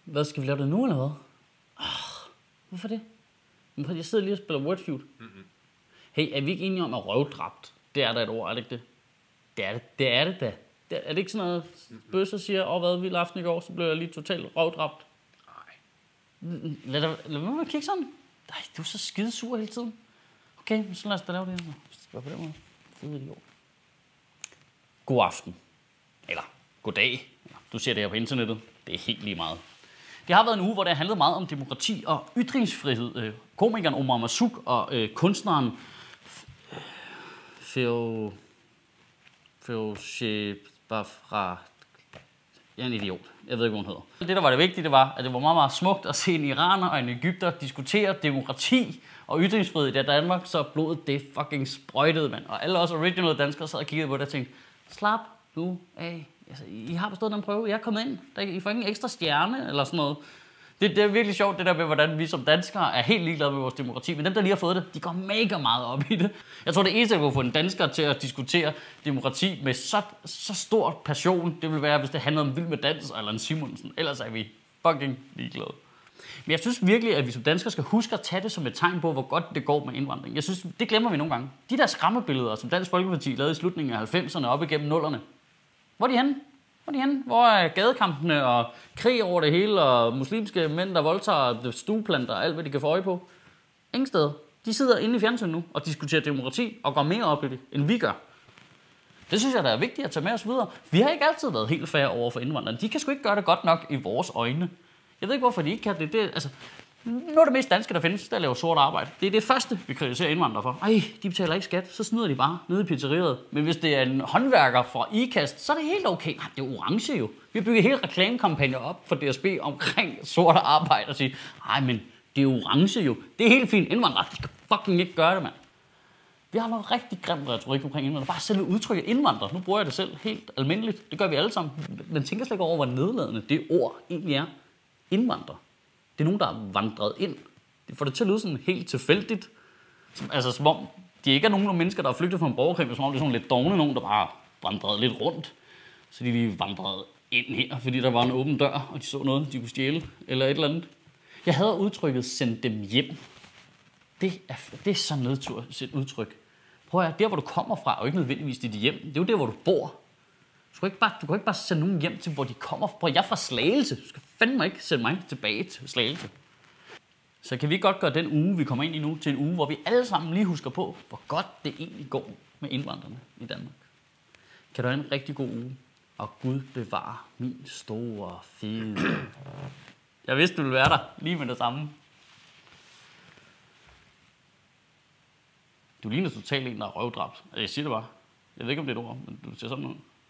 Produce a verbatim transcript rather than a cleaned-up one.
Hvad, skal vi lave det nu, eller hvad? Oh, hvorfor det? Jeg sidder lige og spiller Wordfeud. Mm-hmm. Hey, er vi ikke enige om, at røvdræbt, det er da et ord, er det ikke det? Det er det, det er det da. Det er det ikke sådan noget, bøsser siger, åh, hvad, vild aften i går, så blev jeg lige totalt røvdræbt. Nej. Lad dig, lad mig med kigge sådan. Nej, du er så skide sur hele tiden. Okay, så lad os da lave det. Det på den måde. Fede idiot. God aften. Eller goddag. Du ser det her på internettet. Det er helt lige meget. Det har været en uge, hvor det har handlet meget om demokrati og ytringsfrihed. Komikeren Omar Marzouk og øh, kunstneren Feo Feo Shebafra. Jeg er en idiot. Jeg ved ikke, hvad hun hedder. Det, der var det vigtige, det var, at det var meget, meget smukt at se en iraner og en egypter diskutere demokrati og ytringsfrihed i Danmark, så blodet det fucking sprøjtede, mand. Og alle os original danskere sad og kiggede på det og tænkte, slap nu af. Altså, I har bestået den prøve. Jeg er kommet ind. I får ingen ekstra stjerne eller sådan noget. Det, det er virkelig sjovt, det der med, hvordan vi som danskere er helt ligeglade med vores demokrati. Men dem, der lige har fået det, de går mega meget op i det. Jeg tror, det eneste, der kunne få en dansker til at diskutere demokrati med så, så stor passion, det vil være, hvis det handlede om Vild med Dans eller en Simonsen. Ellers er vi fucking ligeglade. Men jeg synes virkelig, at vi som danskere skal huske at tage det som et tegn på, hvor godt det går med indvandring. Jeg synes, det glemmer vi nogle gange. De der skræmmebilleder, som Dansk Folkeparti lavede i slutningen af halvfemserne op igennem nullerne. Hvor er de henne? Hvor er de henne? Hvor er gadekampene og krig over det hele, og muslimske mænd, der voldtager stueplanter og alt, hvad de kan få øje på? Ingen steder. De sidder inde i fjernsynet nu og diskuterer demokrati og går mere op i det, end vi gør. Det synes jeg, der er vigtigt at tage med os videre. Vi har ikke altid været helt fair over for indvandrere. De kan sgu ikke gøre det godt nok i vores øjne. Jeg ved ikke, hvorfor de ikke kan det. det altså, noget af det mest danske, der findes, der laver sort arbejde. Det er det første, vi kritiserer indvandrere for. Ej, de betaler ikke skat, så snyder de bare nede i pizzeriet. Men hvis det er en håndværker fra IKAST, så er det helt okay. Nej, det er orange jo. Vi har bygget hele reklamekampagner op for D S B omkring sort arbejde og sige, ej, men det er orange jo. Det er helt fint. Indvandrere, de skal fucking ikke gøre det, mand. Vi har noget rigtig grim retorik omkring indvandrere. Bare selve udtrykket indvandrere. Nu bruger jeg det selv helt almindeligt. Det gør vi alle sammen. Men tænker slet ikke over, hvor nedladende det ord egentlig er. Indvandrere. Det er nogen, der er vandret ind. Det får det til at lyde sådan helt tilfældigt. Som, altså som om, de ikke er nogen mennesker, der er flygtet fra en borgerkrig, men som om det er sådan lidt dogne nogen, der bare vandrede lidt rundt. Så de lige vandrede ind her, fordi der var en åben dør, og de så noget, de kunne stjæle, eller et eller andet. Jeg havde udtrykket sendt dem hjem. Det er, det er så nødvendigt et udtryk. Prøv at høre, der hvor du kommer fra, og ikke nødvendigvis dit hjem, det er jo der, hvor du bor. Du kan ikke bare, du kan ikke bare sende nogen hjem til, hvor de kommer fra. Jeg er fra Slagelse. Du skal fandme ikke sende mig tilbage til Slagelse. Så kan vi godt gøre den uge, vi kommer ind i nu, til en uge, hvor vi alle sammen lige husker på, hvor godt det egentlig går med indvandrerne i Danmark. Kan du have en rigtig god uge, og Gud bevare min store, fede... Jeg vidste, du ville være der lige med det samme. Du ligner totalt en, der er røvdræbt. Jeg siger det bare. Jeg ved ikke, om det er et ord, men du ser sådan ud.